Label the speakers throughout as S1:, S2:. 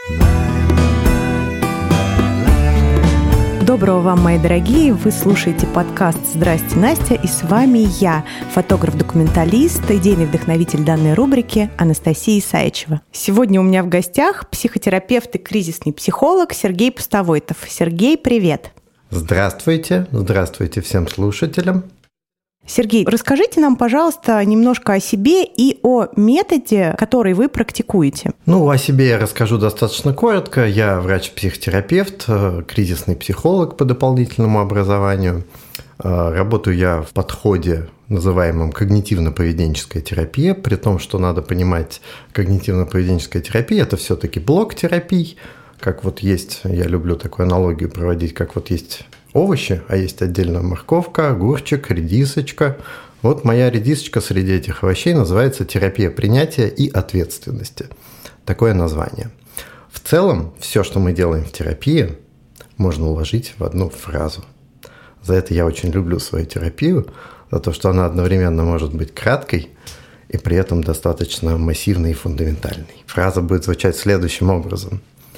S1: Доброго вам, мои дорогие! Вы слушаете подкаст «Здрасте, Настя», и с вами я, фотограф-документалист, идейный вдохновитель данной рубрики Анастасия Исаичева. Сегодня у меня в гостях психотерапевт и кризисный психолог Сергей Пустовойтов. Сергей, привет!
S2: Здравствуйте! Здравствуйте всем слушателям!
S1: Сергей, расскажите нам, пожалуйста, немножко о себе и о методе, который вы практикуете.
S2: О себе я расскажу достаточно коротко. Я врач-психотерапевт, кризисный психолог по дополнительному образованию. Работаю я в подходе, называемом когнитивно-поведенческая терапия, при том, что надо понимать, когнитивно-поведенческая терапия – это все-таки блок терапий. Как вот есть, я люблю такую аналогию проводить, как вот есть овощи, а есть отдельно морковка, огурчик, редисочка. Вот моя редисочка среди этих овощей называется терапия принятия и ответственности. Такое название. В целом, все, что мы делаем в терапии, можно уложить в одну фразу. За это я очень люблю свою терапию, за то, что она одновременно может быть краткой и при этом достаточно массивной и фундаментальной. Фраза будет звучать следующим образом.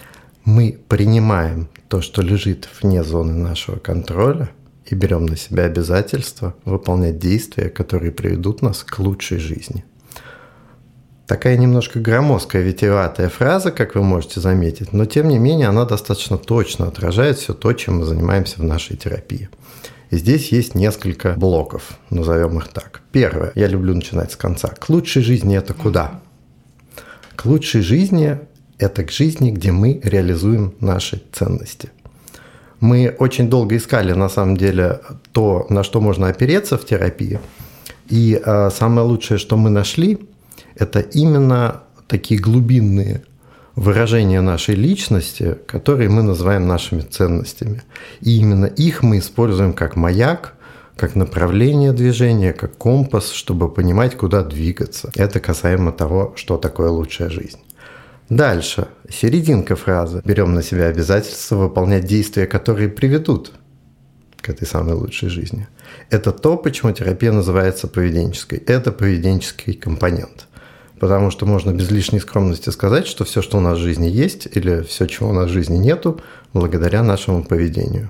S2: Мы принимаем то, что лежит вне зоны нашего контроля, и берем на себя обязательство выполнять действия, которые приведут нас к лучшей жизни. Такая немножко громоздкая, витиеватая фраза, как вы можете заметить, но тем не менее она достаточно точно отражает все то, чем мы занимаемся в нашей терапии. И здесь есть несколько блоков, назовем их так. Первое, я люблю начинать с конца. К лучшей жизни это куда? К лучшей жизни это к жизни, где мы реализуем наши ценности. Мы очень долго искали, на самом деле, то, на что можно опереться в терапии. И самое лучшее, что мы нашли, это именно такие глубинные выражения нашей личности, которые мы называем нашими ценностями. И именно их мы используем как маяк, как направление движения, как компас, чтобы понимать, куда двигаться. Это касаемо того, что такое лучшая жизнь. Дальше. Серединка фразы. Берем на себя обязательство выполнять действия, которые приведут к этой самой лучшей жизни. Это то, почему терапия называется поведенческой. Это поведенческий компонент. Потому что можно без лишней скромности сказать, что все, что у нас в жизни есть, или все, чего у нас в жизни нету, благодаря нашему поведению.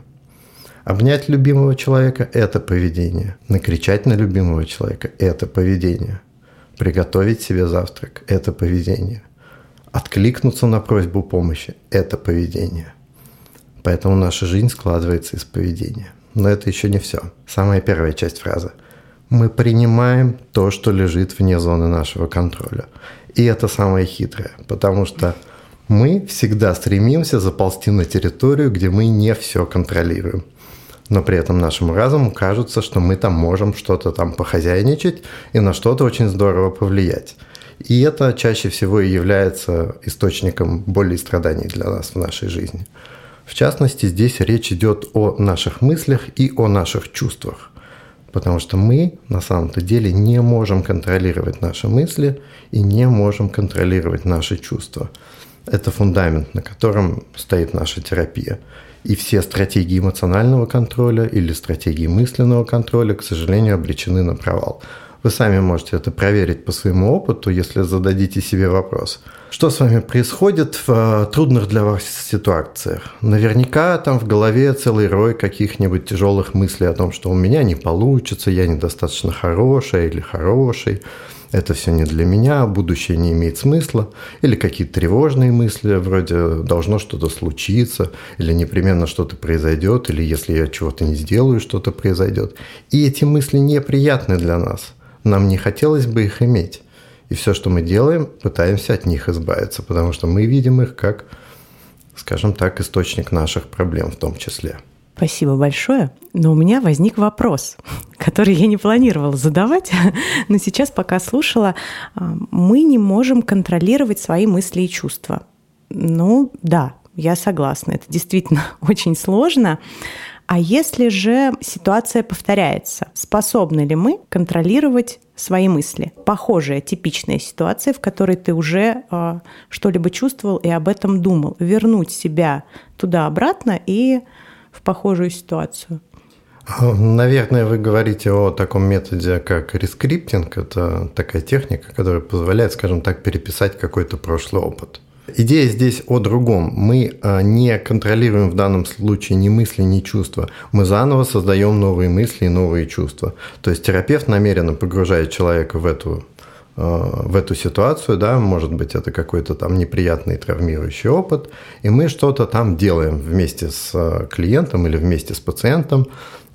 S2: Обнять любимого человека – это поведение. Накричать на любимого человека – это поведение. Приготовить себе завтрак – это поведение. Откликнуться на просьбу помощи – это поведение. Поэтому наша жизнь складывается из поведения. Но это еще не все. Самая первая часть фразы. Мы принимаем то, что лежит вне зоны нашего контроля. И это самое хитрое, потому что мы всегда стремимся заползти на территорию, где мы не все контролируем. Но при этом нашему разуму кажется, что мы там можем что-то там похозяйничать и на что-то очень здорово повлиять. И это чаще всего и является источником боли и страданий для нас в нашей жизни. В частности, здесь речь идет о наших мыслях и о наших чувствах. Потому что мы на самом-то деле не можем контролировать наши мысли и не можем контролировать наши чувства. Это фундамент, на котором стоит наша терапия. И все стратегии эмоционального контроля или стратегии мысленного контроля, к сожалению, обречены на провал. Вы сами можете это проверить по своему опыту, если зададите себе вопрос. Что с вами происходит в трудных для вас ситуациях? Наверняка там в голове целый рой каких-нибудь тяжелых мыслей о том, что у меня не получится, я недостаточно хорошая или хороший, это все не для меня, будущее не имеет смысла. Или какие-то тревожные мысли, вроде должно что-то случиться, или непременно что-то произойдет, или если я чего-то не сделаю, что-то произойдет. И эти мысли неприятны для нас. Нам не хотелось бы их иметь. И все, что мы делаем, пытаемся от них избавиться, потому что мы видим их как, скажем так, источник наших проблем в том числе.
S1: Спасибо большое. Но у меня возник вопрос, который я не планировала задавать, но сейчас, пока слушала, мы не можем контролировать свои мысли и чувства. Да, я согласна, это действительно очень сложно. А если же ситуация повторяется, способны ли мы контролировать свои мысли? Похожая, типичная ситуация, в которой ты уже что-либо чувствовал и об этом думал. Вернуть себя туда-обратно и в похожую ситуацию.
S2: Наверное, вы говорите о таком методе, как рескриптинг. Это такая техника, которая позволяет, скажем так, переписать какой-то прошлый опыт. Идея здесь о другом. Мы не контролируем в данном случае ни мысли, ни чувства. Мы заново создаем новые мысли и новые чувства. То есть терапевт намеренно погружает человека в эту ситуацию, да, может быть, это какой-то там неприятный травмирующий опыт, и мы что-то там делаем вместе с клиентом или вместе с пациентом,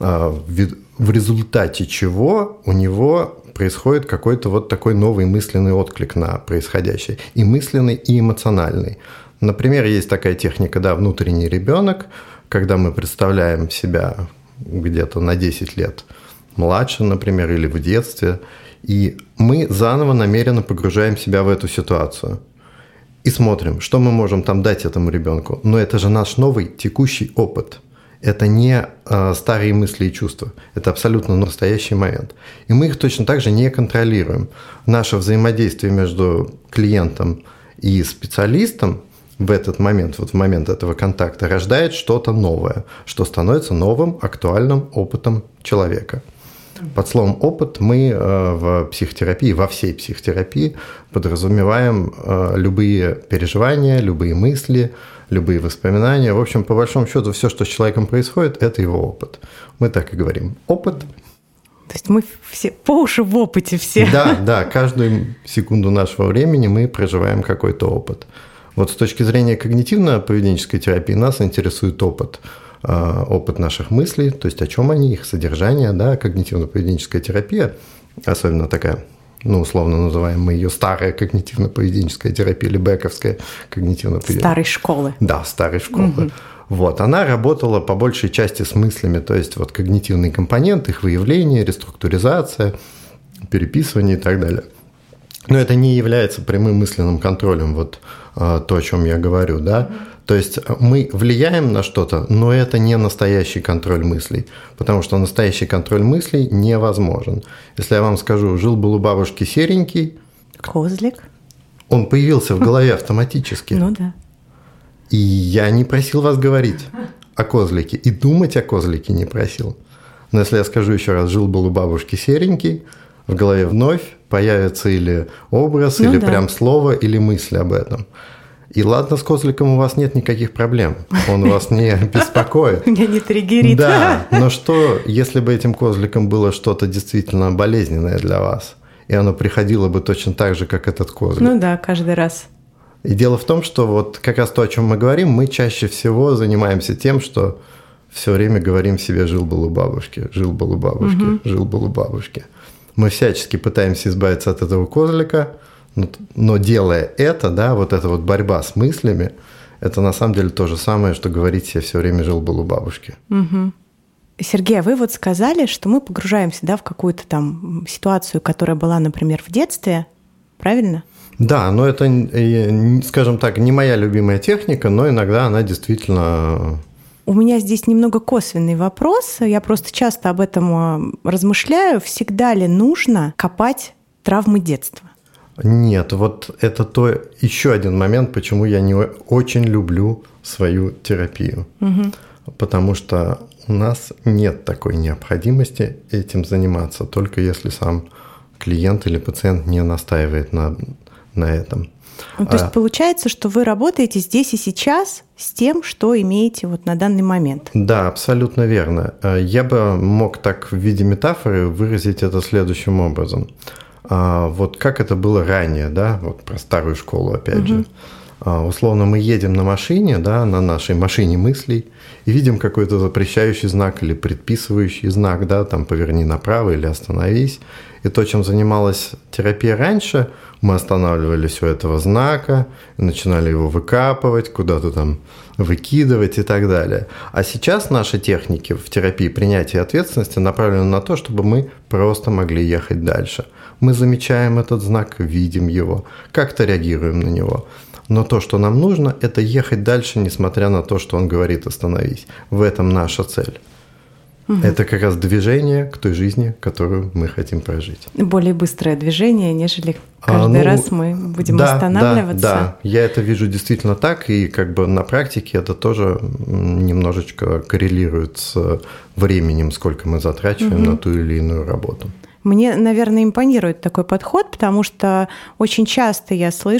S2: в результате чего у него происходит какой-то вот такой новый мысленный отклик на происходящее, и мысленный, и эмоциональный. Например, есть такая техника, да, внутренний ребенок, когда мы представляем себя где-то на 10 лет младше, например, или в детстве, и мы заново намеренно погружаем себя в эту ситуацию и смотрим, что мы можем там дать этому ребенку. Но это же наш новый текущий опыт. Это не старые мысли и чувства. Это абсолютно настоящий момент. И мы их точно так же не контролируем. Наше взаимодействие между клиентом и специалистом в этот момент, вот в момент этого контакта, рождает что-то новое, что становится новым, актуальным опытом человека. Под словом «опыт» мы в психотерапии, во всей психотерапии подразумеваем любые переживания, любые мысли, любые воспоминания. В общем, по большому счету, все, что с человеком происходит, это его опыт. Мы так и говорим. Опыт.
S1: То есть мы все по уши в опыте все.
S2: Да, каждую секунду нашего времени мы проживаем какой-то опыт. Вот с точки зрения когнитивно-поведенческой терапии нас интересует опыт наших мыслей, то есть о чем они, их содержание, да, когнитивно-поведенческая терапия, особенно такая, условно называем мы ее старая когнитивно-поведенческая терапия или бековская когнитивно-поведенческая.
S1: Старой школы.
S2: Да, старой школы. Угу. Вот, она работала по большей части с мыслями, то есть вот когнитивный компонент, их выявление, реструктуризация, переписывание и так далее. Но это не является прямым мысленным контролем, вот то, о чем я говорю, да. То есть мы влияем на что-то, но это не настоящий контроль мыслей, потому что настоящий контроль мыслей невозможен. Если я вам скажу, жил-был у бабушки серенький...
S1: Козлик.
S2: Он появился в голове автоматически.
S1: Ну да.
S2: И я не просил вас говорить о козлике, и думать о козлике не просил. Но если я скажу еще раз, жил-был у бабушки серенький, в голове вновь появится или образ, или прям слово, или мысль об этом. И ладно, с козликом у вас нет никаких проблем, он вас не беспокоит.
S1: Меня не триггерит.
S2: Да, но что, если бы этим козликом было что-то действительно болезненное для вас, и оно приходило бы точно так же, как этот козлик?
S1: Ну да, каждый раз.
S2: И дело в том, что вот как раз то, о чем мы говорим, мы чаще всего занимаемся тем, что все время говорим себе «жил-был у бабушки», «жил-был у бабушки», «жил-был у бабушки». Мы всячески пытаемся избавиться от этого козлика, но делая это, да, вот эта вот борьба с мыслями, это на самом деле то же самое, что говорить себе все время «жил-был у бабушки».
S1: Угу. Сергей, а вы вот сказали, что мы погружаемся, да, в какую-то там ситуацию, которая была, например, в детстве, правильно?
S2: Да, но это, скажем так, не моя любимая техника, но иногда она действительно...
S1: У меня здесь немного косвенный вопрос. Я просто часто об этом размышляю. Всегда ли нужно копать травмы детства?
S2: Нет, вот это еще один момент, почему я не очень люблю свою терапию. Угу. Потому что у нас нет такой необходимости этим заниматься, только если сам клиент или пациент не настаивает на этом.
S1: Ну, то есть получается, что вы работаете здесь и сейчас с тем, что имеете вот на данный момент.
S2: Да, абсолютно верно. Я бы мог так в виде метафоры выразить это следующим образом. Вот как это было ранее, да, вот про старую школу опять же. Условно мы едем на машине, да, на нашей машине мыслей, и видим какой-то запрещающий знак или предписывающий знак, да, там поверни направо или остановись. И то, чем занималась терапия раньше, мы останавливались у этого знака, начинали его выкапывать, куда-то там выкидывать и так далее. А сейчас наши техники в терапии принятия ответственности направлены на то, чтобы мы просто могли ехать дальше. Мы замечаем этот знак, видим его, как-то реагируем на него. Но то, что нам нужно, это ехать дальше, несмотря на то, что он говорит «остановись». В этом наша цель. Угу. Это как раз движение к той жизни, которую мы хотим прожить.
S1: Более быстрое движение, нежели каждый раз мы будем останавливаться. Да,
S2: я это вижу действительно так, и как бы на практике это тоже немножечко коррелирует с временем, сколько мы затрачиваем на ту или иную работу.
S1: Мне, наверное, импонирует такой подход, потому что очень часто я слышу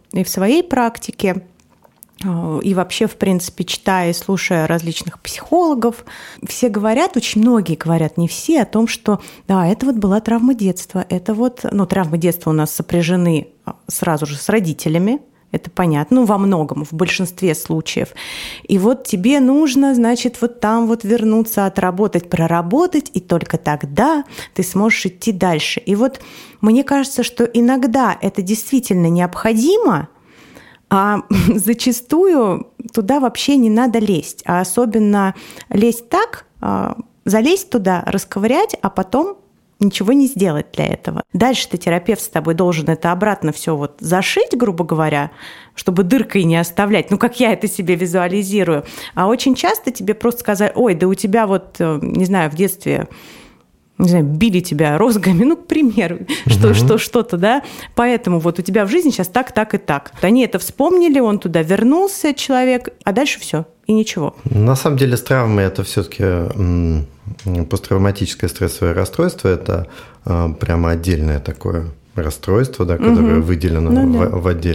S1: и в своей практике, и вообще, в принципе, читая и слушая различных психологов, все говорят, очень многие говорят, не все, о том, что да, это вот была травма детства, это вот, травмы детства у нас сопряжены сразу же с родителями, это понятно, во многом, в большинстве случаев. И вот тебе нужно, значит, вот там вот вернуться, отработать, проработать, и только тогда ты сможешь идти дальше. И вот мне кажется, что иногда это действительно необходимо, а зачастую туда вообще не надо лезть, а особенно лезть так, залезть туда, расковырять, а потом ничего не сделать для этого. Дальше-то терапевт с тобой должен это обратно все вот зашить, грубо говоря, чтобы дыркой не оставлять, как я это себе визуализирую. А очень часто тебе просто сказать: ой, да у тебя вот, не знаю, в детстве, не знаю, били тебя розгами, к примеру, что-то, да, поэтому вот у тебя в жизни сейчас так, так и так. Они это вспомнили, он туда вернулся, человек, а дальше все и ничего.
S2: На самом деле с травмой это все-таки посттравматическое стрессовое расстройство, это прямо отдельное такое расстройство, да, которое выделено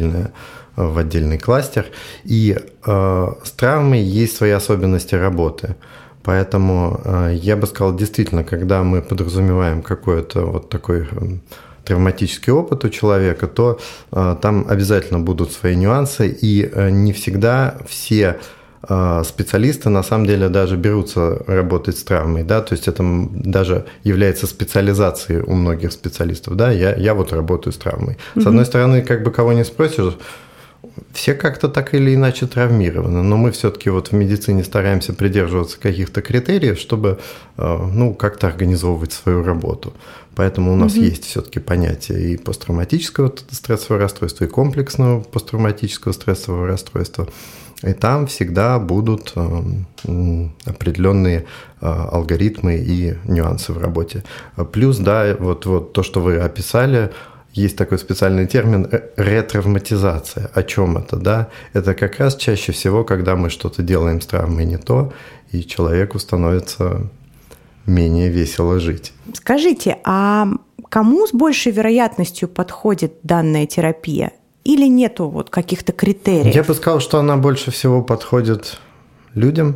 S2: в отдельный кластер. И с травмой есть свои особенности работы. Поэтому я бы сказал, действительно, когда мы подразумеваем какой-то вот такой травматический опыт у человека, то там обязательно будут свои нюансы, и не всегда все специалисты на самом деле даже берутся работать с травмой, да, то есть это даже является специализацией у многих специалистов, да, я вот работаю с травмой. С одной стороны, как бы кого не спросишь, все как-то так или иначе травмированы, но мы все-таки вот в медицине стараемся придерживаться каких-то критериев, чтобы как-то организовывать свою работу. Поэтому у нас есть все-таки понятие и посттравматического стрессового расстройства, и комплексного посттравматического стрессового расстройства. И там всегда будут определенные алгоритмы и нюансы в работе. Плюс, да, вот то, что вы описали, есть такой специальный термин ретравматизация. О чем это, да? Это как раз чаще всего, когда мы что-то делаем с травмой не то, и человеку становится менее весело жить.
S1: Скажите, а кому с большей вероятностью подходит данная терапия? Или нету вот каких-то критериев?
S2: Я бы сказал, что она больше всего подходит людям,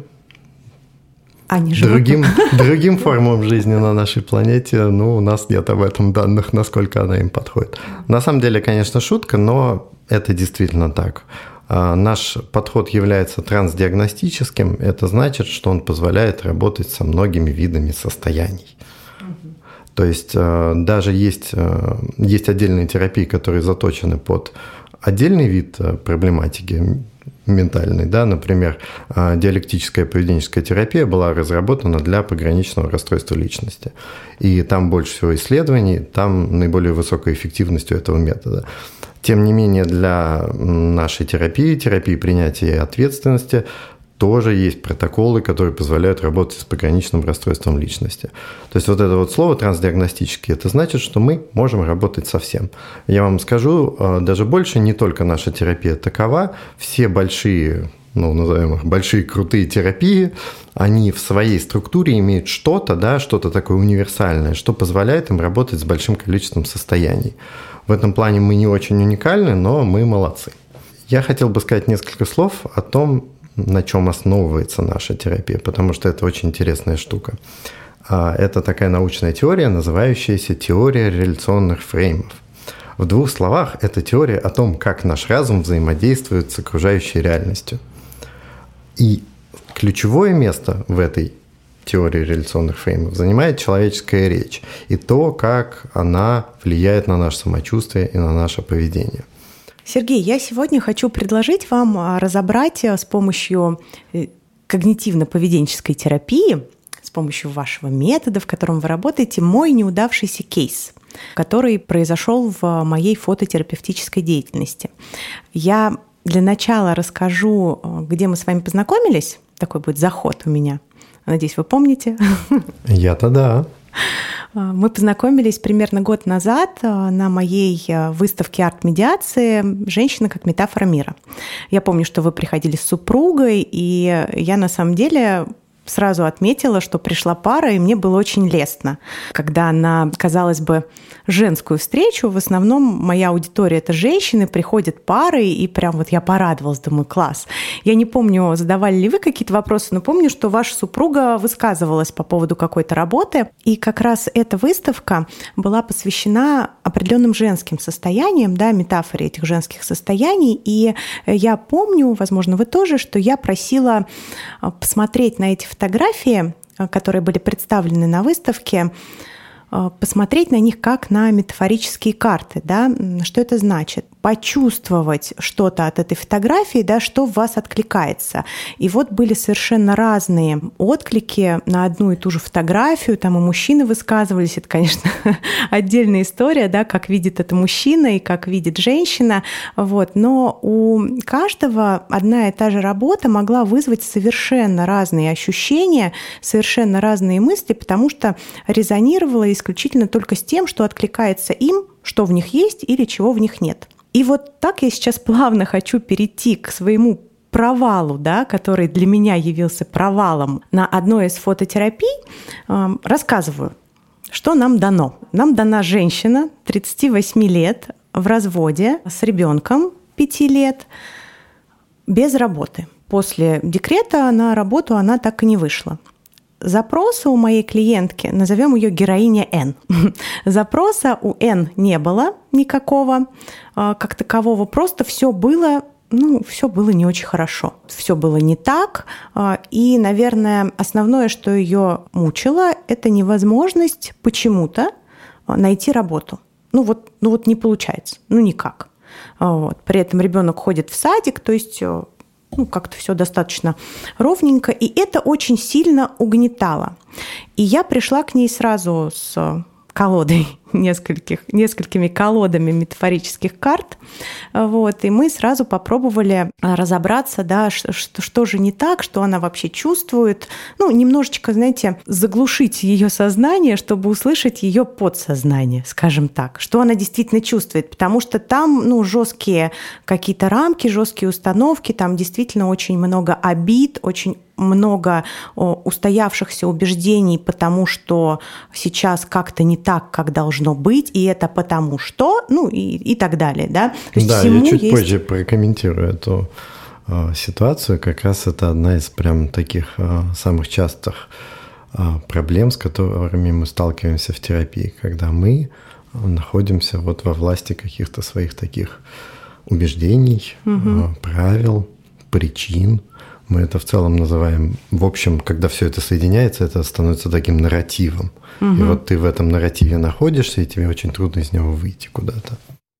S2: другим формам жизни на нашей планете. У нас нет об этом данных, насколько она им подходит. На самом деле, конечно, шутка, но это действительно так. Наш подход является трансдиагностическим. Это значит, что он позволяет работать со многими видами состояний. То есть даже есть отдельные терапии, которые заточены под отдельный вид проблематики ментальной. Да? Например, диалектическая поведенческая терапия была разработана для пограничного расстройства личности. И там больше всего исследований, там наиболее высокая эффективность у этого метода. Тем не менее, для нашей терапии принятия ответственности, тоже есть протоколы, которые позволяют работать с пограничным расстройством личности. То есть вот это вот слово трансдиагностический, это значит, что мы можем работать со всем. Я вам скажу даже больше, не только наша терапия такова, все большие, назовем их большие крутые терапии, они в своей структуре имеют что-то, да, что-то такое универсальное, что позволяет им работать с большим количеством состояний. В этом плане мы не очень уникальны, но мы молодцы. Я хотел бы сказать несколько слов о том, на чем основывается наша терапия, потому что это очень интересная штука. Это такая научная теория, называющаяся теория реляционных фреймов. В двух словах, это теория о том, как наш разум взаимодействует с окружающей реальностью. И ключевое место в этой теории реляционных фреймов занимает человеческая речь и то, как она влияет на наше самочувствие и на наше поведение.
S1: Сергей, я сегодня хочу предложить вам разобрать с помощью когнитивно-поведенческой терапии, с помощью вашего метода, в котором вы работаете, мой неудавшийся кейс, который произошел в моей фототерапевтической деятельности. Я для начала расскажу, где мы с вами познакомились. Такой будет заход у меня. Надеюсь, вы помните.
S2: Я-то да.
S1: Мы познакомились примерно год назад на моей выставке арт-медиации «Женщина как метафора мира». Я помню, что вы приходили с супругой, и я на самом деле сразу отметила, что пришла пара, и мне было очень лестно. Когда на, казалось бы, женскую встречу, в основном моя аудитория – это женщины, приходят пары, и прям вот я порадовалась, думаю, класс. Я не помню, задавали ли вы какие-то вопросы, но помню, что ваша супруга высказывалась по поводу какой-то работы, и как раз эта выставка была посвящена определенным женским состояниям, да, метафоре этих женских состояний, и я помню, возможно, вы тоже, что я просила посмотреть на эти фотографии, которые были представлены на выставке, посмотреть на них как на метафорические карты. Да? Что это значит? Почувствовать что-то от этой фотографии, да, что в вас откликается. И вот были совершенно разные отклики на одну и ту же фотографию. Там и мужчины высказывались. Это, конечно, отдельная история, да, как видит это мужчина и как видит женщина. Вот. Но у каждого одна и та же работа могла вызвать совершенно разные ощущения, совершенно разные мысли, потому что резонировала исключительно только с тем, что откликается им, что в них есть или чего в них нет. И вот так я сейчас плавно хочу перейти к своему провалу, да, который для меня явился провалом на одной из фототерапий. Рассказываю, что нам дано. Нам дана женщина 38 лет в разводе с ребенком 5 лет без работы. После декрета на работу она так и не вышла. Запроса у моей клиентки, назовем ее героиня Н. Запроса у Н не было никакого, как такового, просто все было не очень хорошо. Все было не так. И, наверное, основное, что ее мучило, это невозможность почему-то найти работу. Ну вот не получается, никак. Вот. При этом ребенок ходит в садик, то есть как-то все достаточно ровненько, и это очень сильно угнетало. И я пришла к ней сразу с колодой, несколькими колодами метафорических карт. Вот, и мы сразу попробовали разобраться, да, что же не так, что она вообще чувствует. Немножечко, знаете, заглушить ее сознание, чтобы услышать ее подсознание, скажем так, что она действительно чувствует. Потому что там жесткие какие-то рамки, жесткие установки, там действительно очень много обид, очень много устоявшихся убеждений, потому что сейчас как-то не так, как должно быть, и это потому что, и так далее. Да,
S2: да, я чуть позже прокомментирую эту ситуацию. Как раз это одна из прям таких самых частых проблем, с которыми мы сталкиваемся в терапии, когда мы находимся во власти каких-то своих таких убеждений, правил, причин. Мы это в целом называем, в общем, когда все это соединяется, это становится таким нарративом. И вот ты в этом нарративе находишься, и тебе очень трудно из него выйти куда-то.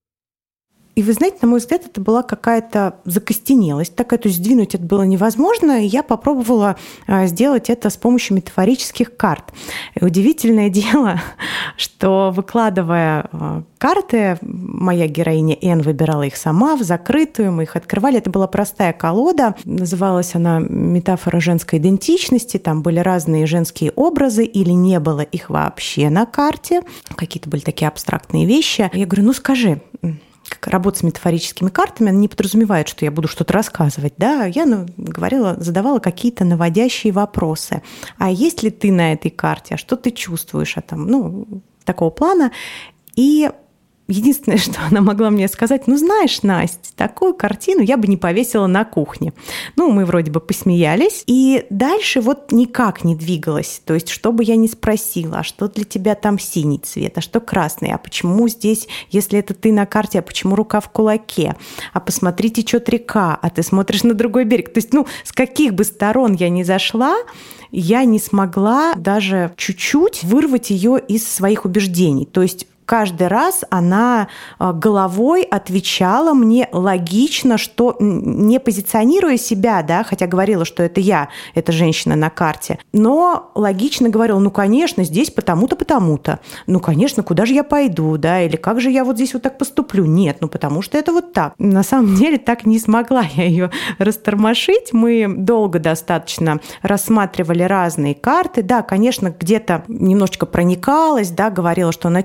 S1: И вы знаете, на мой взгляд, это была какая-то закостенелость такая, то есть сдвинуть это было невозможно, и я попробовала сделать это с помощью метафорических карт. И удивительное дело, что выкладывая карты, моя героиня Н выбирала их сама в закрытую, мы их открывали. Это была простая колода, называлась она «Метафора женской идентичности», там были разные женские образы или не было их вообще на карте, какие-то были такие абстрактные вещи. Я говорю, скажи, как работа с метафорическими картами, она не подразумевает, что я буду что-то рассказывать. Да? Я задавала какие-то наводящие вопросы. А есть ли ты на этой карте? А что ты чувствуешь? Такого плана. И единственное, что она могла мне сказать, знаешь, Настя, такую картину я бы не повесила на кухне. Мы вроде бы посмеялись, и дальше никак не двигалась. То есть, что бы я ни спросила, а что для тебя там синий цвет, а что красный, а почему здесь, если это ты на карте, а почему рука в кулаке, а посмотри, течет река, а ты смотришь на другой берег. То есть, с каких бы сторон я ни зашла, я не смогла даже чуть-чуть вырвать ее из своих убеждений. То есть, каждый раз она головой отвечала мне логично, что не позиционируя себя, да, хотя говорила, что это я, эта женщина на карте, но логично говорила, конечно, здесь потому-то, потому-то. Конечно, куда же я пойду, да, или как же я здесь так поступлю? Нет, потому что это так. На самом деле так не смогла я ее растормошить. Мы долго достаточно рассматривали разные карты. Да, конечно, где-то немножечко проникалась, да, говорила, что она чувствует, но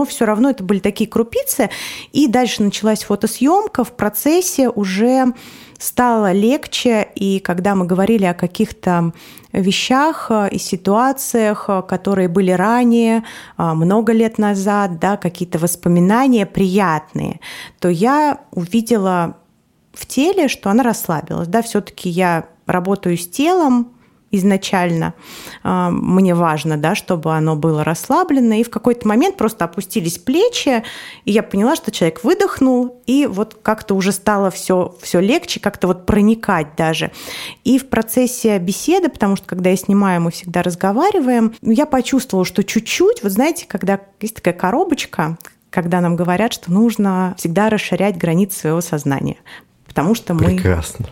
S1: но все равно это были такие крупицы. И дальше началась фотосъемка. В процессе уже стало легче, и когда мы говорили о каких-то вещах и ситуациях, которые были ранее, много лет назад, да, какие-то воспоминания приятные, то я увидела в теле, что она расслабилась. Да, все-таки я работаю с телом изначально. Мне важно, да, чтобы оно было расслаблено. И в какой-то момент просто опустились плечи, и я поняла, что человек выдохнул, и вот как-то уже стало все легче, как-то вот проникать даже. И в процессе беседы, потому что когда я снимаю, мы всегда разговариваем, я почувствовала, что чуть-чуть, вот знаете, когда есть такая коробочка, когда нам говорят, что нужно всегда расширять границы своего сознания. Потому что мы...
S2: Прекрасно.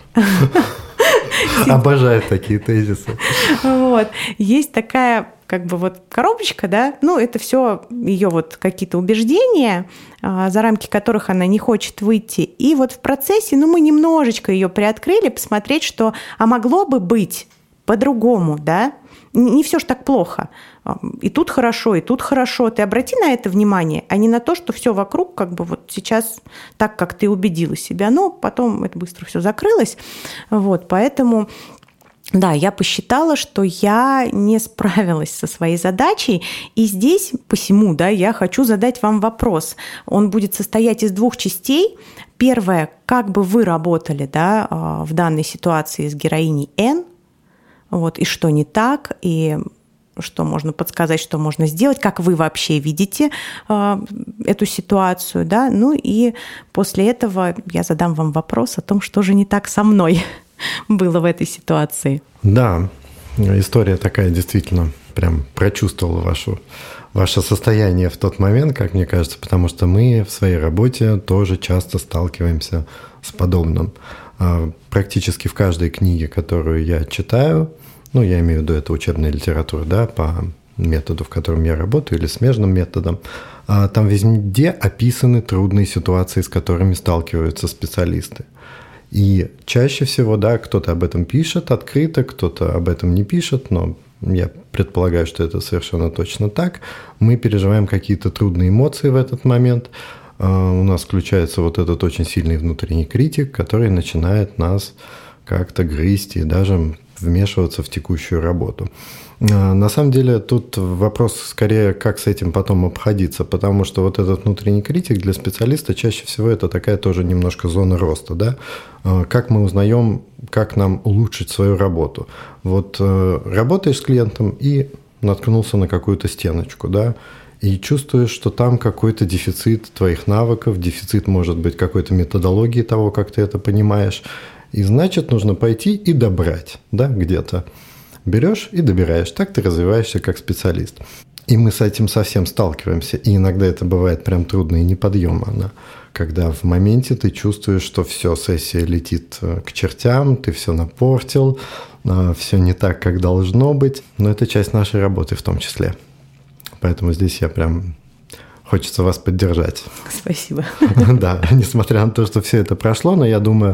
S2: Обожаю такие тезисы.
S1: Вот. Есть такая как бы вот коробочка, да, ну, это все ее вот какие-то убеждения, за рамки которых она не хочет выйти. И вот в процессе, ну, мы немножечко ее приоткрыли, посмотреть, что, а могло бы быть по-другому, да, не все ж так плохо. И тут хорошо. Ты обрати на это внимание, а не на то, что все вокруг как бы вот сейчас так, как ты убедила себя. Но потом это быстро все закрылось. Вот, поэтому, да, я посчитала, что я не справилась со своей задачей. И здесь посему, да, я хочу задать вам вопрос. Он будет состоять из двух частей. Первое, как бы вы работали, да, в данной ситуации с героиней Н, вот, и что не так, и что можно подсказать, что можно сделать, как вы вообще видите эту ситуацию, да, ну и после этого я задам вам вопрос о том, что же не так со мной было в этой ситуации.
S2: Да, история такая действительно, прям прочувствовала ваше состояние в тот момент, как мне кажется, потому что мы в своей работе тоже часто сталкиваемся с подобным. Практически в каждой книге, которую я читаю, ну, я имею в виду, это учебная литература, да, по методу, в котором я работаю, или смежным методом, там везде описаны трудные ситуации, с которыми сталкиваются специалисты. И чаще всего, да, кто-то об этом пишет открыто, кто-то об этом не пишет, но я предполагаю, что это совершенно точно так. Мы переживаем какие-то трудные эмоции в этот момент. У нас включается вот этот очень сильный внутренний критик, который начинает нас как-то грызть и даже вмешиваться в текущую работу. На самом деле тут вопрос скорее, как с этим потом обходиться, потому что вот этот внутренний критик для специалиста чаще всего это такая тоже немножко зона роста, да? Как мы узнаем, как нам улучшить свою работу. Вот работаешь с клиентом и наткнулся на какую-то стеночку, да, и чувствуешь, что там какой-то дефицит твоих навыков, дефицит, может быть, какой-то методологии того, как ты это понимаешь. И значит, нужно пойти и добрать, да, где-то. Берешь и добираешь. Так ты развиваешься как специалист. И мы с этим совсем сталкиваемся. И иногда это бывает прям трудно и неподъемно. Когда в моменте ты чувствуешь, что все, сессия летит к чертям, ты все напортил, все не так, как должно быть. Но это часть нашей работы в том числе. Поэтому здесь я прям... Хочется вас поддержать.
S1: Спасибо.
S2: Да, несмотря на то, что все это прошло, но я думаю,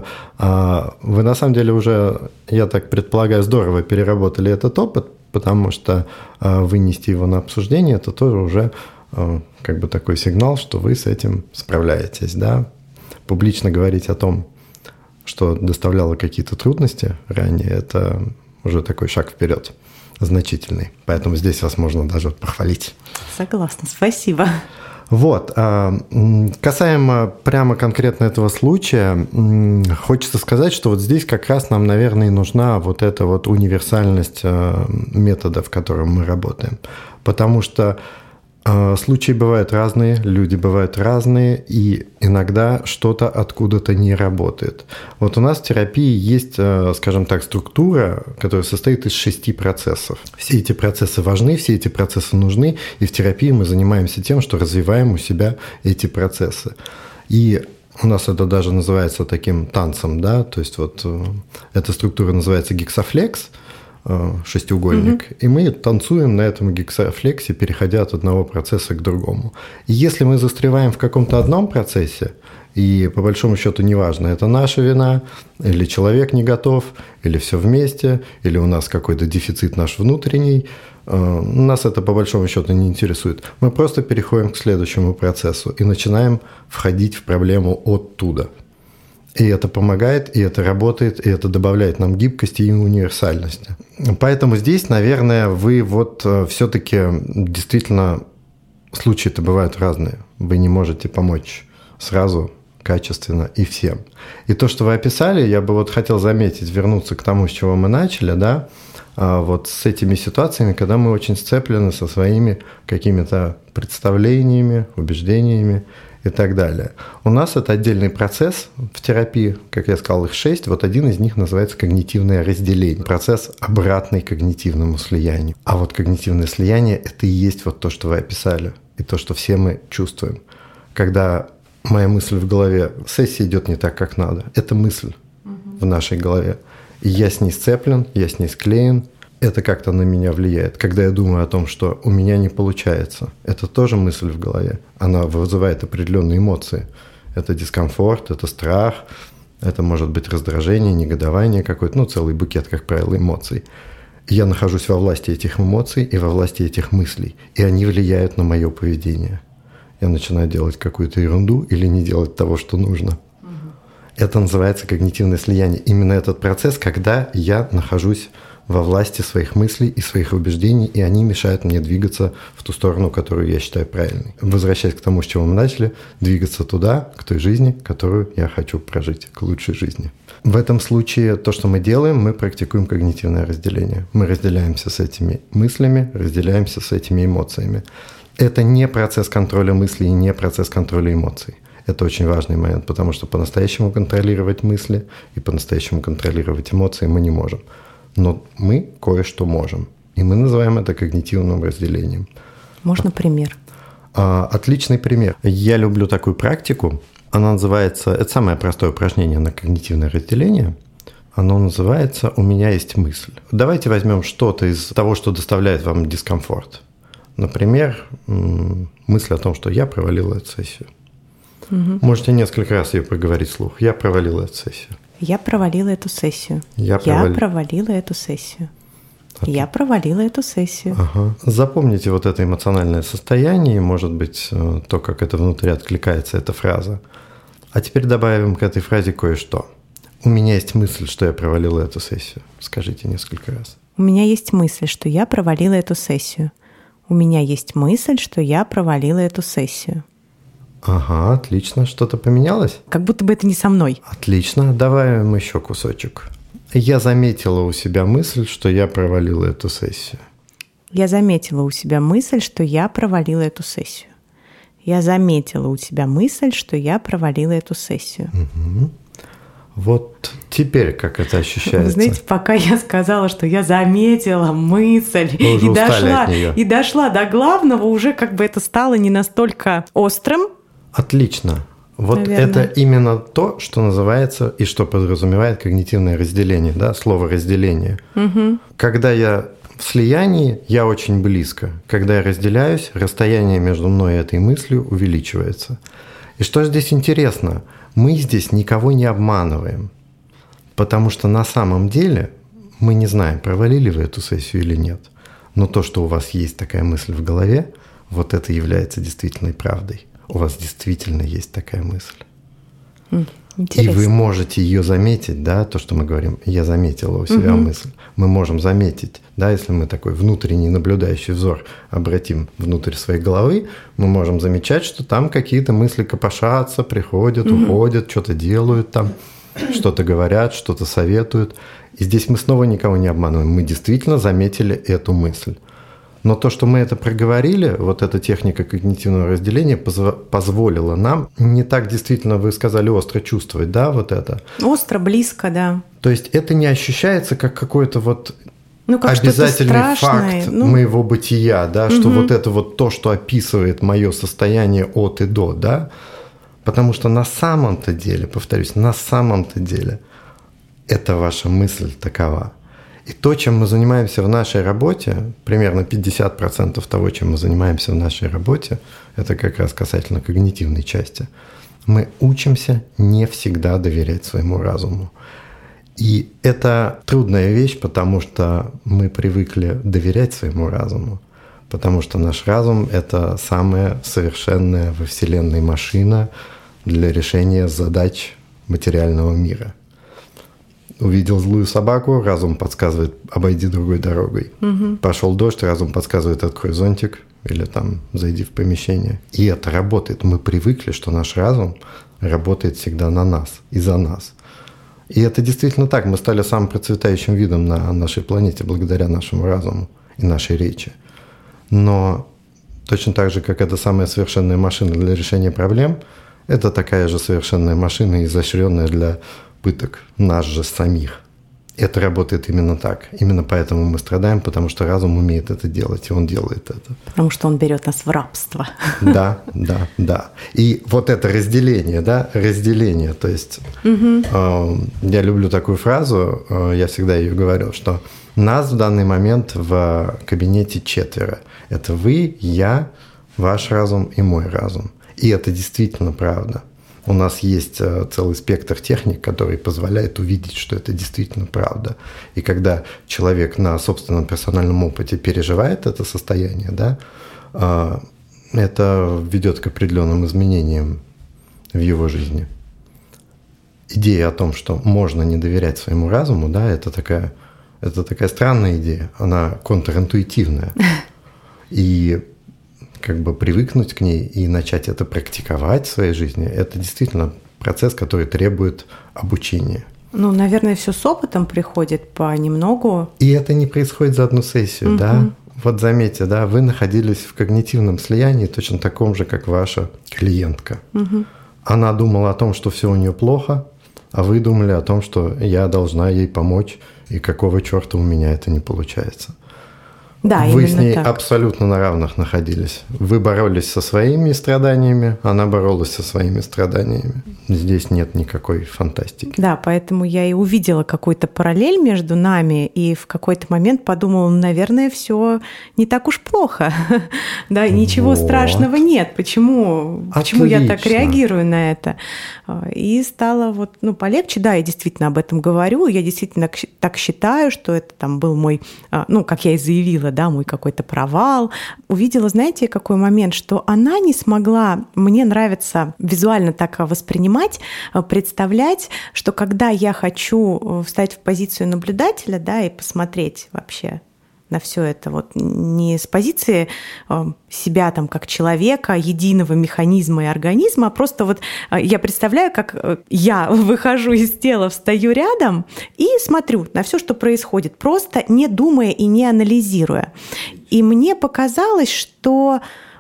S2: вы на самом деле уже, я так предполагаю, здорово переработали этот опыт, потому что вынести его на обсуждение, это тоже уже как бы такой сигнал, что вы с этим справляетесь, да. Публично говорить о том, что доставляло какие-то трудности ранее, это уже такой шаг вперед, значительный. Поэтому здесь вас можно даже похвалить.
S1: Согласна, спасибо.
S2: Вот. Касаемо прямо конкретно этого случая, хочется сказать, что вот здесь как раз нам, наверное, нужна вот эта вот универсальность метода, в котором мы работаем. Потому что случаи бывают разные, люди бывают разные, и иногда что-то откуда-то не работает. Вот у нас в терапии есть, скажем так, структура, которая состоит из 6 процессов. Все эти процессы важны, все эти процессы нужны, и в терапии мы занимаемся тем, что развиваем у себя эти процессы. И у нас это даже называется таким танцем, да, то есть вот эта структура называется гексафлекс, шестиугольник, и мы танцуем на этом гексафлексе, переходя от одного процесса к другому. И если мы застреваем в каком-то одном процессе, И по большому счету неважно, это наша вина, или человек не готов, или все вместе, или у нас какой-то дефицит наш внутренний. Нас это по большому счету не интересует. Мы просто переходим к следующему процессу и начинаем входить в проблему оттуда. И это помогает, и это работает, и это добавляет нам гибкости и универсальности. Поэтому здесь, наверное, вы вот все-таки действительно случаи-то бывают разные. Вы не можете помочь сразу, качественно и всем. И то, что вы описали, я бы вот хотел заметить, вернуться к тому, с чего мы начали, да, вот с этими ситуациями, когда мы очень сцеплены со своими какими-то представлениями, убеждениями и так далее. У нас это отдельный процесс в терапии, как я сказал, их 6, вот один из них называется когнитивное разделение, процесс обратный когнитивному слиянию. А вот когнитивное слияние – это и есть вот то, что вы описали, и то, что все мы чувствуем. Когда моя мысль в голове, сессия идет не так, как надо. Это мысль в нашей голове. И я с ней сцеплен, я с ней склеен. Это как-то на меня влияет. Когда я думаю о том, что у меня не получается, это тоже мысль в голове. Она вызывает определенные эмоции. Это дискомфорт, это страх, это может быть раздражение, негодование какое-то, целый букет, как правило, эмоций. И я нахожусь во власти этих эмоций и во власти этих мыслей. И они влияют на мое поведение. Я начинаю делать какую-то ерунду или не делать того, что нужно. Это называется когнитивное слияние. Именно этот процесс, когда я нахожусь во власти своих мыслей и своих убеждений, и они мешают мне двигаться в ту сторону, которую я считаю правильной. Возвращаясь к тому, с чего мы начали, двигаться туда, к той жизни, которую я хочу прожить, к лучшей жизни. В этом случае то, что мы делаем, мы практикуем когнитивное разделение. Мы разделяемся с этими мыслями, разделяемся с этими эмоциями. Это не процесс контроля мыслей, не процесс контроля эмоций. Это очень важный момент, потому что по-настоящему контролировать мысли и по-настоящему контролировать эмоции мы не можем. Но мы кое-что можем. И мы называем это когнитивным разделением.
S1: Можно пример?
S2: Отличный пример. Я люблю такую практику. Она называется... Это самое простое упражнение на когнитивное разделение. Оно называется «У меня есть мысль». Давайте возьмем что-то из того, что доставляет вам дискомфорт. Например, мысль о том, что я провалил эту сессию. Можете несколько раз ее проговорить вслух. Я провалил эту сессию.
S1: Я провалила эту сессию. Я провалила эту сессию. Я провалила эту сессию.
S2: Ага. Запомните вот это эмоциональное состояние, может быть, то, как это внутри откликается, эта фраза. А теперь добавим к этой фразе кое-что. У меня есть мысль, что я провалила эту сессию. Скажите несколько раз.
S1: У меня есть мысль, что я провалила эту сессию. У меня есть мысль, что я провалила эту сессию.
S2: Ага, отлично. Что-то поменялось?
S1: Как будто бы это не со мной.
S2: Отлично. Добавим еще кусочек. Я заметила у себя мысль, что я провалила эту сессию.
S1: Я заметила у себя мысль, что я провалила эту сессию. Я заметила у себя мысль, что я провалила эту сессию.
S2: Угу. Вот теперь как это ощущается?
S1: Вы знаете, пока я сказала, что я заметила мысль и дошла до главного, уже как бы это стало не настолько острым.
S2: Отлично. Вот наверное. Это именно то, что называется и что подразумевает когнитивное разделение, да, слово разделение.
S1: Угу.
S2: Когда я в слиянии, я очень близко. Когда я разделяюсь, расстояние между мной и этой мыслью увеличивается. И что здесь интересно? Мы здесь никого не обманываем, потому что на самом деле мы не знаем, провалили вы эту сессию или нет. Но то, что у вас есть такая мысль в голове, вот это является действительной правдой. У вас действительно есть такая мысль.
S1: Интересно.
S2: И вы можете ее заметить, да, то, что мы говорим, я заметила у себя мысль. Мы можем заметить, да, если мы такой внутренний наблюдающий взор обратим внутрь своей головы, мы можем замечать, что там какие-то мысли копошатся, приходят, уходят, что-то делают там, что-то говорят, что-то советуют. И здесь мы снова никого не обманываем. Мы действительно заметили эту мысль. Но то, что мы это проговорили, вот эта техника когнитивного разделения позволила нам не так действительно, вы сказали, остро чувствовать, да, вот это?
S1: Остро, близко, да.
S2: То есть это не ощущается как какой-то вот
S1: как
S2: обязательный факт моего бытия, да, что вот это вот то, что описывает мое состояние от и до, да? Потому что на самом-то деле, повторюсь, на самом-то деле это ваша мысль такова. И то, чем мы занимаемся в нашей работе, примерно 50% того, чем мы занимаемся в нашей работе, это как раз касательно когнитивной части, мы учимся не всегда доверять своему разуму. И это трудная вещь, потому что мы привыкли доверять своему разуму, потому что наш разум — это самая совершенная во Вселенной машина для решения задач материального мира. Увидел злую собаку, разум подсказывает: обойди другой дорогой. Пошел дождь, разум подсказывает: открой зонтик или там зайди в помещение. И это работает. Мы привыкли, что наш разум работает всегда на нас и за нас. И это действительно так. Мы стали самым процветающим видом на нашей планете благодаря нашему разуму и нашей речи. Но точно так же, как это самая совершенная машина для решения проблем, это такая же совершенная машина, изощренная для пыток нас же самих. Это работает именно так. Именно поэтому мы страдаем, потому что разум умеет это делать, и он делает это.
S1: Потому что он берет нас в рабство.
S2: Да. И вот это разделение, то есть я люблю такую фразу, я всегда ее говорю, что нас в данный момент в кабинете 4. Это вы, я, ваш разум и мой разум. И это действительно правда. У нас есть целый спектр техник, который позволяет увидеть, что это действительно правда. И когда человек на собственном персональном опыте переживает это состояние, это ведет к определенным изменениям в его жизни. Идея о том, что можно не доверять своему разуму, это такая странная идея, она контринтуитивная. И как бы привыкнуть к ней и начать это практиковать в своей жизни, это действительно процесс, который требует обучения.
S1: Наверное, все с опытом приходит понемногу.
S2: И это не происходит за одну сессию, Вот заметьте, вы находились в когнитивном слиянии точно таком же, как ваша клиентка. Она думала о том, что все у нее плохо, а вы думали о том, что я должна ей помочь, и какого черта у меня это не получается.
S1: Да,
S2: вы с ней
S1: так.
S2: Абсолютно на равных находились. Вы боролись со своими страданиями, она боролась со своими страданиями. Здесь нет никакой фантастики.
S1: Да, поэтому я и увидела какую-то параллель между нами, и в какой-то момент подумала, наверное, все не так уж плохо. Да, ничего страшного нет. Почему я так реагирую на это? И стало полегче. Да, я действительно об этом говорю. Я действительно так считаю, что это там был мой, как я и заявила, мой какой-то провал. Увидела, знаете, какой момент, что она не смогла, мне нравится визуально так воспринимать, представлять, что когда я хочу встать в позицию наблюдателя, и посмотреть вообще на все это не с позиции себя как человека, единого механизма и организма, а просто я представляю, как я выхожу из тела, встаю рядом и смотрю на все, что происходит, просто не думая и не анализируя. И мне показалось, что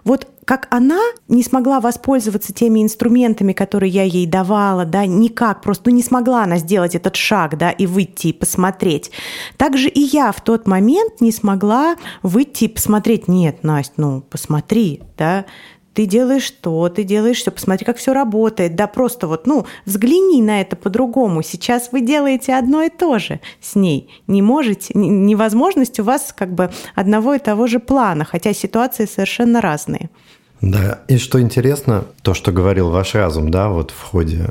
S1: как она не смогла воспользоваться теми инструментами, которые я ей давала, никак, просто не смогла она сделать этот шаг, и выйти и посмотреть. Также и я в тот момент не смогла выйти и посмотреть. Нет, Настя, посмотри, ты делаешь то, ты делаешь все, посмотри, как все работает, просто взгляни на это по-другому. Сейчас вы делаете одно и то же с ней. Не можете, невозможность у вас одного и того же плана, хотя ситуации совершенно разные.
S2: Да, и что интересно, то, что говорил ваш разум, в ходе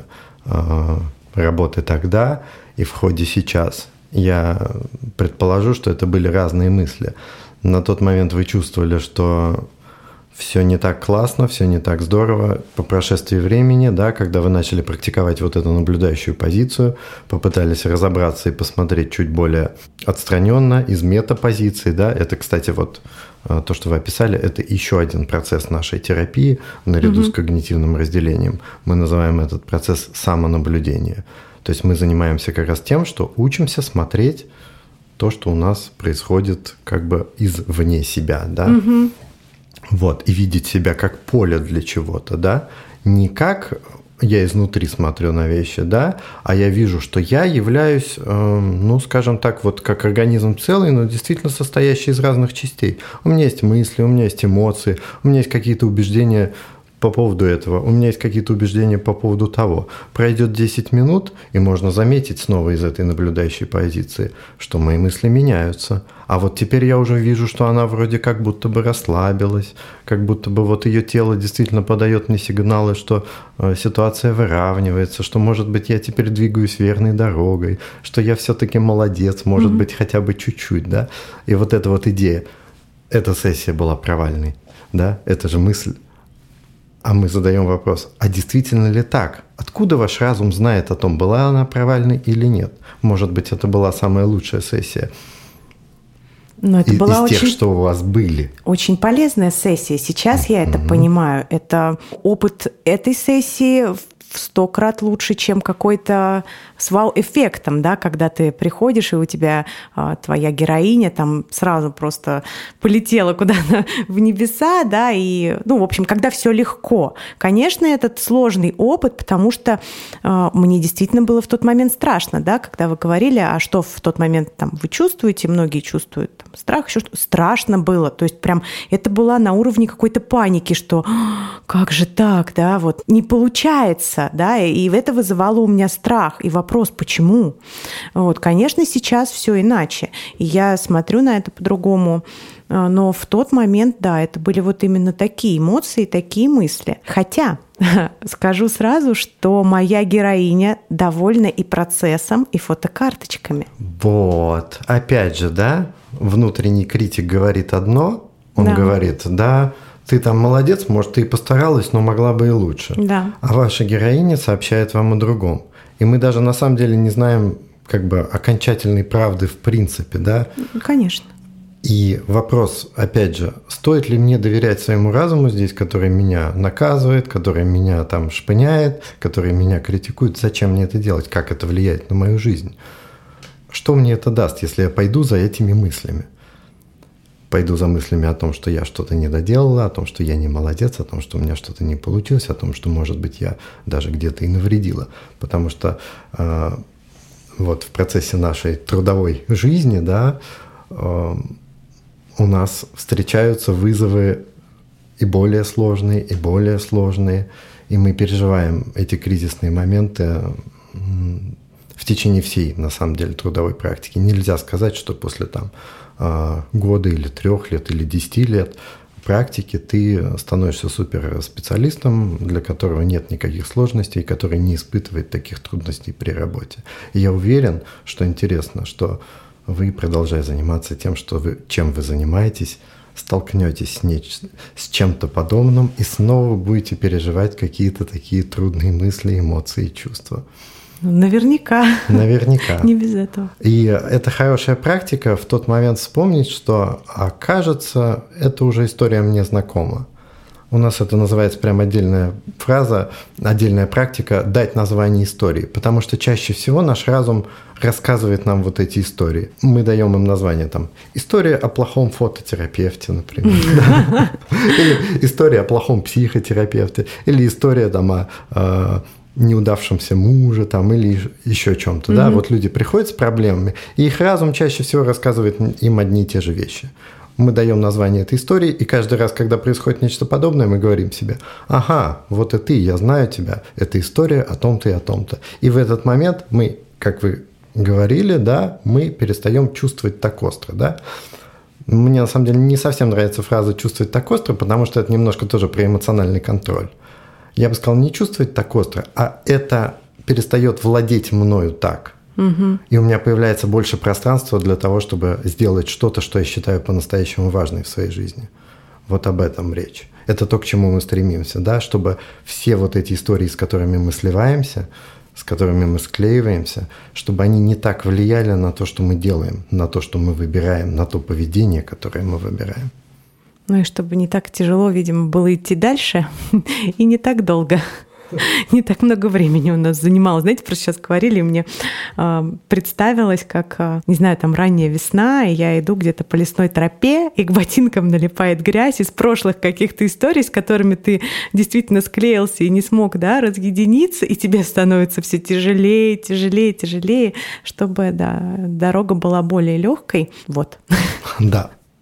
S2: работы тогда и в ходе сейчас, я предположу, что это были разные мысли. На тот момент вы чувствовали, что все не так классно, все не так здорово. По прошествии времени, когда вы начали практиковать эту наблюдающую позицию, попытались разобраться и посмотреть чуть более отстраненно из метапозиции, это, кстати, то, что вы описали, это еще один процесс нашей терапии наряду с когнитивным разделением. Мы называем этот процесс самонаблюдения. То есть мы занимаемся как раз тем, что учимся смотреть то, что у нас происходит извне себя, и видеть себя как поле для чего-то, не как я изнутри смотрю на вещи, а я вижу, что я являюсь, скажем так, как организм целый, но действительно состоящий из разных частей. У меня есть мысли, у меня есть эмоции, у меня есть какие-то убеждения по поводу этого, у меня есть какие-то убеждения по поводу того. Пройдет 10 минут, и можно заметить снова из этой наблюдающей позиции, что мои мысли меняются. А вот теперь я уже вижу, что она вроде как будто бы расслабилась, как будто бы вот ее тело действительно подает мне сигналы, что ситуация выравнивается, что, может быть, я теперь двигаюсь верной дорогой, что я все-таки молодец, может быть, хотя бы чуть-чуть, да. И вот эта вот идея, эта сессия была провальной, да, это же мысль. А мы задаем вопрос, а действительно ли так? Откуда ваш разум знает о том, была она провальной или нет? Может быть, это была самая лучшая сессия.
S1: Но это была
S2: из тех, что у вас были.
S1: Очень полезная сессия. Сейчас я это понимаю. Это опыт этой сессии в 100 крат лучше, чем какой-то с вау-эффектом, да, когда ты приходишь, и у тебя твоя героиня там сразу просто полетела куда-то в небеса, да, и, в общем, когда все легко. Конечно, этот сложный опыт, потому что мне действительно было в тот момент страшно, да, когда вы говорили, а что в тот момент там вы чувствуете, многие чувствуют там, страх, еще что страшно было, то есть прям это было на уровне какой-то паники, что как же так, да, вот не получается, да, и это вызывало у меня страх и вопрос, почему? Вот, конечно, сейчас все иначе, и я смотрю на это по-другому, но в тот момент, да, это были вот именно такие эмоции, такие мысли. Хотя скажу сразу, что моя героиня довольна и процессом, и фотокарточками.
S2: Вот, опять же, да, внутренний критик говорит одно, он говорит, да, ты там молодец, может, ты и постаралась, но могла бы и лучше.
S1: Да.
S2: А ваша героиня сообщает вам о другом. И мы даже на самом деле не знаем как бы окончательной правды в принципе, да?
S1: Конечно.
S2: И вопрос, опять же, стоит ли мне доверять своему разуму здесь, который меня наказывает, который меня там шпыняет, который меня критикует, зачем мне это делать, как это влияет на мою жизнь? Что мне это даст, если я пойду за этими мыслями? Пойду за мыслями о том, что я что-то не доделала, о том, что я не молодец, о том, что у меня что-то не получилось, о том, что, может быть, я даже где-то и навредила. Потому что вот в процессе нашей трудовой жизни, да, у нас встречаются вызовы и более сложные, и мы переживаем эти кризисные моменты в течение всей, на самом деле, трудовой практики. Нельзя сказать, что после там года или 3 лет или 10 лет практики ты становишься суперспециалистом, для которого нет никаких сложностей, который не испытывает таких трудностей при работе. И я уверен, что интересно, что вы, продолжая заниматься тем, чем вы занимаетесь, столкнетесь с чем-то подобным и снова будете переживать какие-то такие трудные мысли, эмоции и чувства.
S1: Наверняка. Не без этого.
S2: И это хорошая практика в тот момент вспомнить, что, окажется, это уже история мне знакома. У нас это называется прям отдельная фраза, отдельная практика «дать название истории», потому что чаще всего наш разум рассказывает нам вот эти истории. Мы даем им название там «История о плохом фототерапевте», например, или «История о плохом психотерапевте», или «История там о неудавшемся муже там, или еще о чем-то. Да? Вот люди приходят с проблемами, и их разум чаще всего рассказывает им одни и те же вещи. Мы даем название этой истории, и каждый раз, когда происходит нечто подобное, мы говорим себе: ага, вот и ты, я знаю тебя, это история о том-то и о том-то. И в этот момент мы, как вы говорили, да, мы перестаем чувствовать так остро. Да? Мне на самом деле не совсем нравится фраза «чувствовать так остро», потому что это немножко тоже про эмоциональный контроль. Я бы сказал, не чувствовать так остро, а это перестает владеть мною так. И у меня появляется больше пространства для того, чтобы сделать что-то, что я считаю по-настоящему важным в своей жизни. Вот об этом речь. Это то, к чему мы стремимся, да? Чтобы все вот эти истории, с которыми мы сливаемся, с которыми мы склеиваемся, чтобы они не так влияли на то, что мы делаем, на то, что мы выбираем, на то поведение, которое мы выбираем.
S1: Ну и чтобы не так тяжело, видимо, было идти дальше и не так долго, не так много времени у нас занимало. Знаете, просто сейчас говорили, и мне представилось, как, не знаю, там ранняя весна, и я иду где-то по лесной тропе, и к ботинкам налипает грязь из прошлых каких-то историй, с которыми ты действительно склеился и не смог, да, разъединиться, и тебе становится все тяжелее, тяжелее, тяжелее, чтобы, да, дорога была более легкой. Вот.
S2: Да.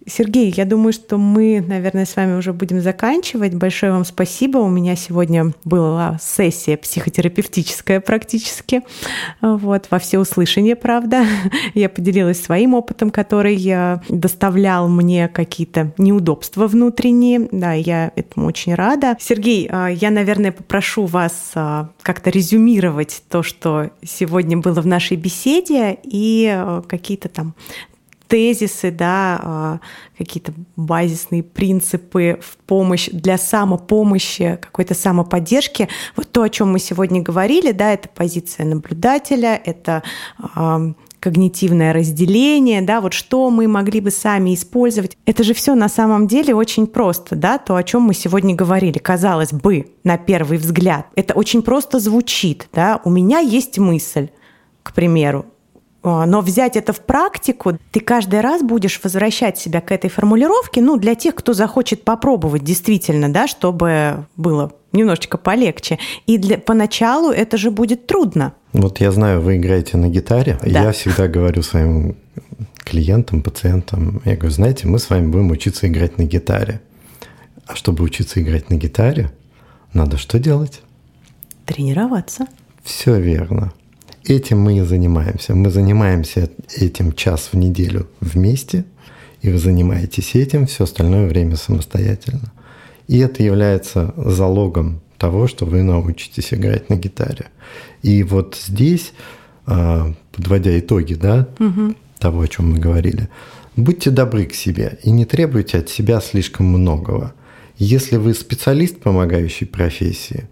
S1: Сергей, я думаю, что мы, наверное, с вами уже будем заканчивать. Большое вам спасибо. У меня сегодня была сессия психотерапевтическая практически. Вот, во всеуслышание, правда. Я поделилась своим опытом, который доставлял мне какие-то неудобства внутренние. Да, я этому очень рада. Сергей, я, наверное, попрошу вас как-то резюмировать то, что сегодня было в нашей беседе, и какие-то там тезисы, да, какие-то базисные принципы в помощь для самопомощи, какой-то самоподдержки. Вот то, о чем мы сегодня говорили, да, это позиция наблюдателя, это когнитивное разделение, да, вот что мы могли бы сами использовать. Это же все на самом деле очень просто, да, то, о чем мы сегодня говорили. Казалось бы, на первый взгляд, это очень просто звучит, да, у меня есть мысль, к примеру, но взять это в практику, ты каждый раз будешь возвращать себя к этой формулировке, ну, для тех, кто захочет попробовать действительно, да, чтобы было немножечко полегче. И поначалу это же будет трудно.
S2: Вот я знаю, вы играете на гитаре. Да. Я всегда говорю своим клиентам, пациентам, я говорю, знаете, мы с вами будем учиться играть на гитаре. А чтобы учиться играть на гитаре, надо что делать?
S1: Тренироваться.
S2: Все верно. Этим мы и занимаемся. Мы занимаемся этим час в неделю вместе, и вы занимаетесь этим все остальное время самостоятельно. И это является залогом того, что вы научитесь играть на гитаре. И вот здесь, подводя итоги, да, того, о чем мы говорили, будьте добры к себе и не требуйте от себя слишком многого. Если вы специалист помогающей профессии,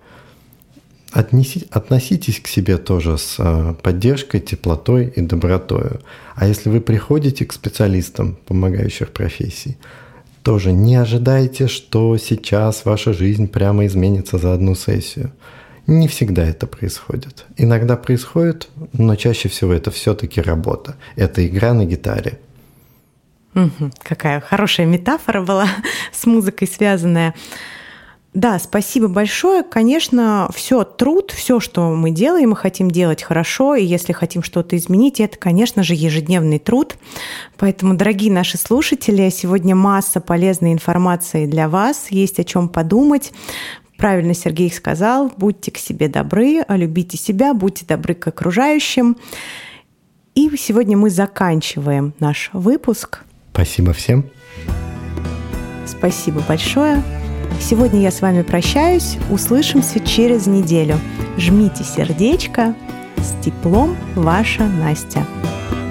S2: относитесь к себе тоже с поддержкой, теплотой и добротой. А если вы приходите к специалистам помогающих профессий, тоже не ожидайте, что сейчас ваша жизнь прямо изменится за одну сессию. Не всегда это происходит. Иногда происходит, но чаще всего это все-таки работа. Это игра на гитаре.
S1: Какая хорошая метафора была с музыкой связанная. Да, спасибо большое. Конечно, все труд, все, что мы делаем, мы хотим делать хорошо, и если хотим что-то изменить, это, конечно же, ежедневный труд. Поэтому, дорогие наши слушатели, сегодня масса полезной информации для вас, есть о чем подумать. Правильно Сергей сказал, будьте к себе добры, любите себя, будьте добры к окружающим. И сегодня мы заканчиваем наш выпуск.
S2: Спасибо всем.
S1: Спасибо большое. Сегодня я с вами прощаюсь. Услышимся через неделю. Жмите сердечко. С теплом, ваша Настя.